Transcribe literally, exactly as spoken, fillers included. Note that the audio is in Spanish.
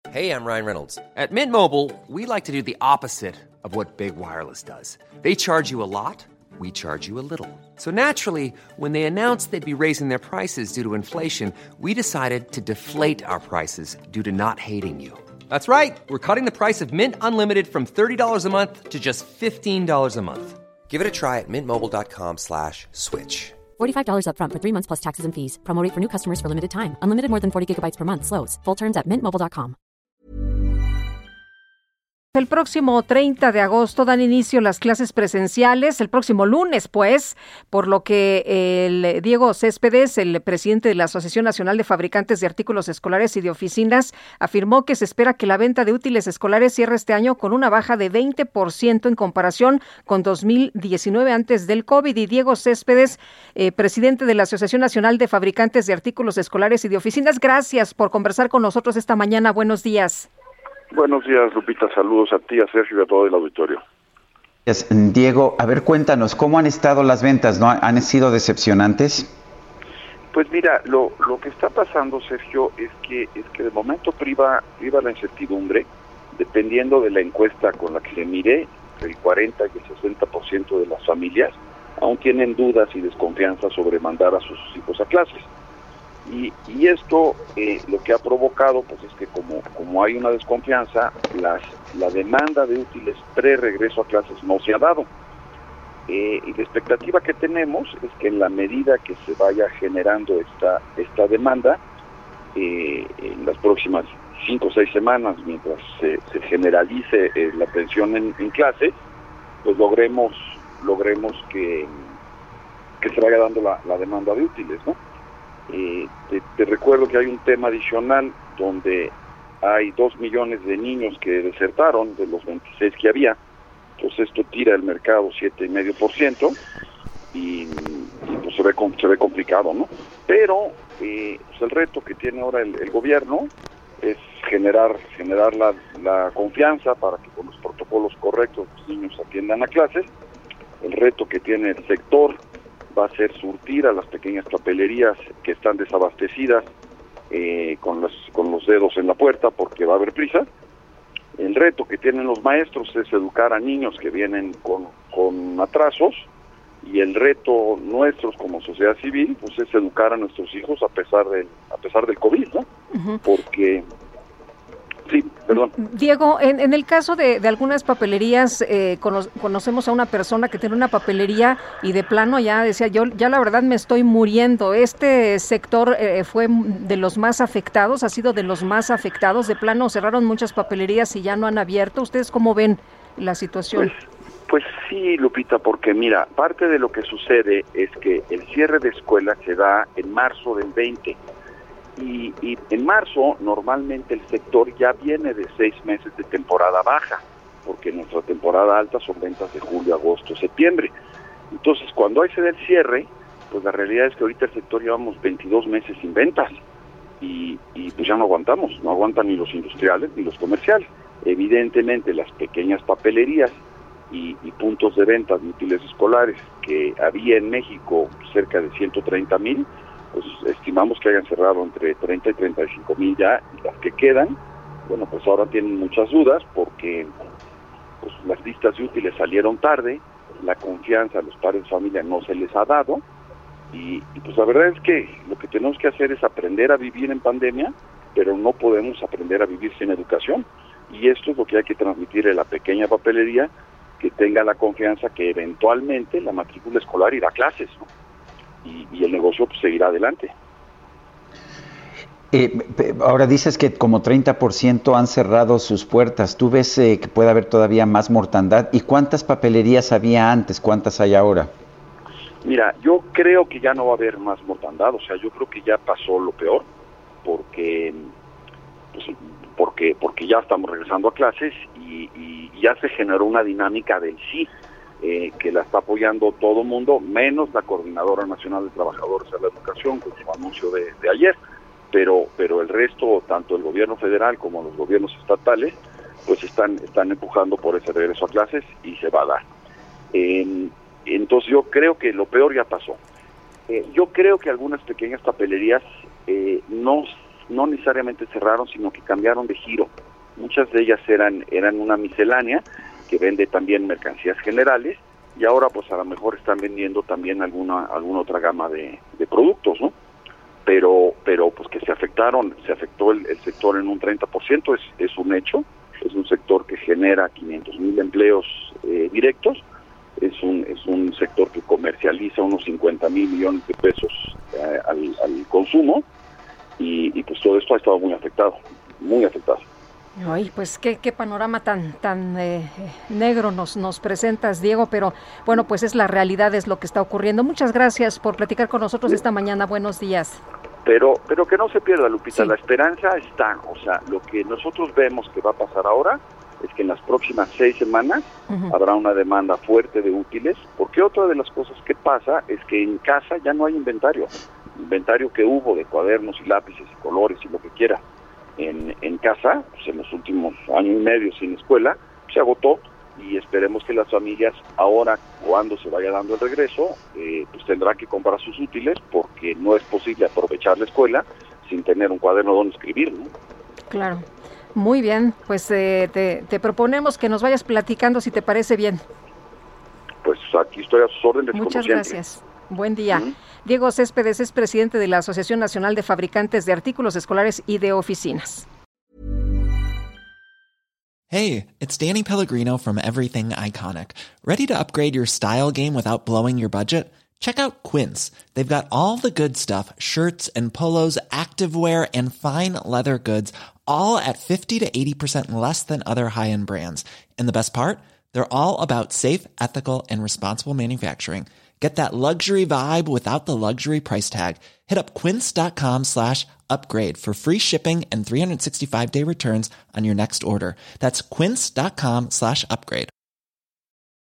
Hey, I'm Ryan Reynolds. At Mint Mobile, we like to do the opposite of what Big Wireless does. They charge you a lot, we charge you a little. So naturally, when they announced they'd be raising their prices due to inflation, we decided to deflate our prices due to not hating you. That's right. We're cutting the price of Mint Unlimited from thirty dollars a month to just fifteen dollars a month. Give it a try at mintmobile.com slash switch. forty-five dollars up front for three months plus taxes and fees. Promo rate for new customers for limited time. Unlimited more than forty gigabytes per month. Slows full terms at mint mobile dot com. El próximo treinta de agosto dan inicio las clases presenciales, el próximo lunes, pues, por lo que el Diego Céspedes, el presidente de la Asociación Nacional de Fabricantes de Artículos Escolares y de Oficinas, afirmó que se espera que la venta de útiles escolares cierre este año con una baja de veinte por ciento en comparación con dos mil diecinueve antes del COVID. Y Diego Céspedes, eh, presidente de la Asociación Nacional de Fabricantes de Artículos Escolares y de Oficinas, gracias por conversar con nosotros esta mañana. Buenos días. Buenos días, Lupita. Saludos a ti, a Sergio y a todo el auditorio. Diego, a ver, cuéntanos, ¿cómo han estado las ventas? ¿No han sido decepcionantes? Pues mira, lo, lo que está pasando, Sergio, es que es que de momento priva, priva la incertidumbre, dependiendo de la encuesta con la que se mire, el cuarenta y el sesenta por ciento de las familias aún tienen dudas y desconfianza sobre mandar a sus hijos a clases. Y, y esto eh, lo que ha provocado pues es que como, como hay una desconfianza, las, la demanda de útiles pre-regreso a clases no se ha dado. Eh, y la expectativa que tenemos es que en la medida que se vaya generando esta, esta demanda, eh, en las próximas cinco o seis semanas, mientras se, se generalice eh, la atención en, en clase, pues logremos, logremos que, que se vaya dando la, la demanda de útiles, ¿no? Eh, te, te recuerdo que hay un tema adicional donde hay dos millones de niños que desertaron de los veintiséis que había, entonces esto tira el mercado siete coma cinco por ciento y, y pues se ve, se ve complicado, ¿no? Pero eh, pues el reto que tiene ahora el, el gobierno es generar generar la, la confianza para que con los protocolos correctos los niños atiendan a clases. El reto que tiene el sector va a ser surtir a las pequeñas papelerías que están desabastecidas eh, con, las, con los dedos en la puerta porque va a haber prisa. El reto que tienen los maestros es educar a niños que vienen con, con atrasos, y el reto nuestros como sociedad civil pues es educar a nuestros hijos a pesar del, a pesar del COVID, ¿no? Uh-huh. Porque... Sí, perdón. Diego, en, en el caso de, de algunas papelerías, eh, cono, conocemos a una persona que tiene una papelería y de plano ya decía, yo ya la verdad me estoy muriendo. ¿Este sector eh, fue de los más afectados? ¿Ha sido de los más afectados? De plano cerraron muchas papelerías y ya no han abierto. ¿Ustedes cómo ven la situación? Pues, pues sí, Lupita, porque mira, parte de lo que sucede es que el cierre de escuelas se da en marzo del veinte. Y, y en marzo normalmente el sector ya viene de seis meses de temporada baja, porque nuestra temporada alta son ventas de julio, agosto, septiembre. Entonces cuando hay se da el cierre, pues la realidad es que ahorita el sector llevamos veintidós meses sin ventas y, y pues ya no aguantamos, no aguantan ni los industriales ni los comerciales. Evidentemente las pequeñas papelerías y, y puntos de venta de útiles escolares que había en México cerca de ciento treinta mil, pues estimamos que hayan cerrado entre treinta y treinta y cinco mil ya, y las que quedan, bueno, pues ahora tienen muchas dudas porque pues las listas de útiles salieron tarde, la confianza a los padres de familia no se les ha dado, y, y pues la verdad es que lo que tenemos que hacer es aprender a vivir en pandemia, pero no podemos aprender a vivir sin educación, y esto es lo que hay que transmitir a la pequeña papelería, que tenga la confianza que eventualmente la matrícula escolar irá a clases, ¿no? Y, y el negocio pues, seguirá adelante. Eh, ahora dices que como treinta por ciento han cerrado sus puertas. ¿Tú ves eh, que puede haber todavía más mortandad? ¿Y cuántas papelerías había antes? ¿Cuántas hay ahora? Mira, yo creo que ya no va a haber más mortandad. O sea, yo creo que ya pasó lo peor, porque pues, porque porque ya estamos regresando a clases y, y ya se generó una dinámica del sí. Eh, que la está apoyando todo el mundo, menos la Coordinadora Nacional de Trabajadores de la Educación, con su anuncio de, de ayer, pero pero el resto, tanto el gobierno federal como los gobiernos estatales, pues están están empujando por ese regreso a clases y se va a dar. Eh, entonces yo creo que lo peor ya pasó. Eh, yo creo que algunas pequeñas papelerías eh, no no necesariamente cerraron, sino que cambiaron de giro. Muchas de ellas eran eran una miscelánea que vende también mercancías generales, y ahora pues a lo mejor están vendiendo también alguna alguna otra gama de, de productos, ¿no? Pero pero pues que se afectaron, se afectó el, el sector en un treinta por ciento, es, es un hecho, es un sector que genera quinientos mil empleos eh, directos, es un es un sector que comercializa unos cincuenta mil millones de pesos eh, al, al consumo, y, y pues todo esto ha estado muy afectado, muy afectado. Ay, pues qué, qué panorama tan tan eh, negro nos nos presentas, Diego, pero bueno, pues es la realidad, es lo que está ocurriendo. Muchas gracias por platicar con nosotros esta mañana. Buenos días. Pero pero que no se pierda, Lupita, sí. La esperanza está, o sea, lo que nosotros vemos que va a pasar ahora es que en las próximas seis semanas uh-huh. habrá una demanda fuerte de útiles, porque otra de las cosas que pasa es que en casa ya no hay inventario, inventario que hubo de cuadernos y lápices y colores y lo que quiera. En, en casa, pues en los últimos años y medio sin escuela, se agotó, y esperemos que las familias ahora, cuando se vaya dando el regreso, eh, pues tendrán que comprar sus útiles, porque no es posible aprovechar la escuela sin tener un cuaderno donde escribir, ¿no? Claro, muy bien, pues eh, te, te proponemos que nos vayas platicando si te parece bien. Pues aquí estoy a sus órdenes. Muchas como gracias. Siempre. Buen día. Uh-huh. Diego Céspedes es presidente de la Asociación Nacional de Fabricantes de Artículos Escolares y de Oficinas. Hey, it's Danny Pellegrino from Everything Iconic. Ready to upgrade your style game without blowing your budget? Check out Quince. They've got all the good stuff, shirts and polos, activewear, and fine leather goods, all at fifty to eighty percent less than other high-end brands. And the best part? They're all about safe, ethical, and responsible manufacturing. Get that luxury vibe without the luxury price tag. Hit up quince.com slash upgrade for free shipping and three sixty-five day returns on your next order. That's quince.com slash upgrade.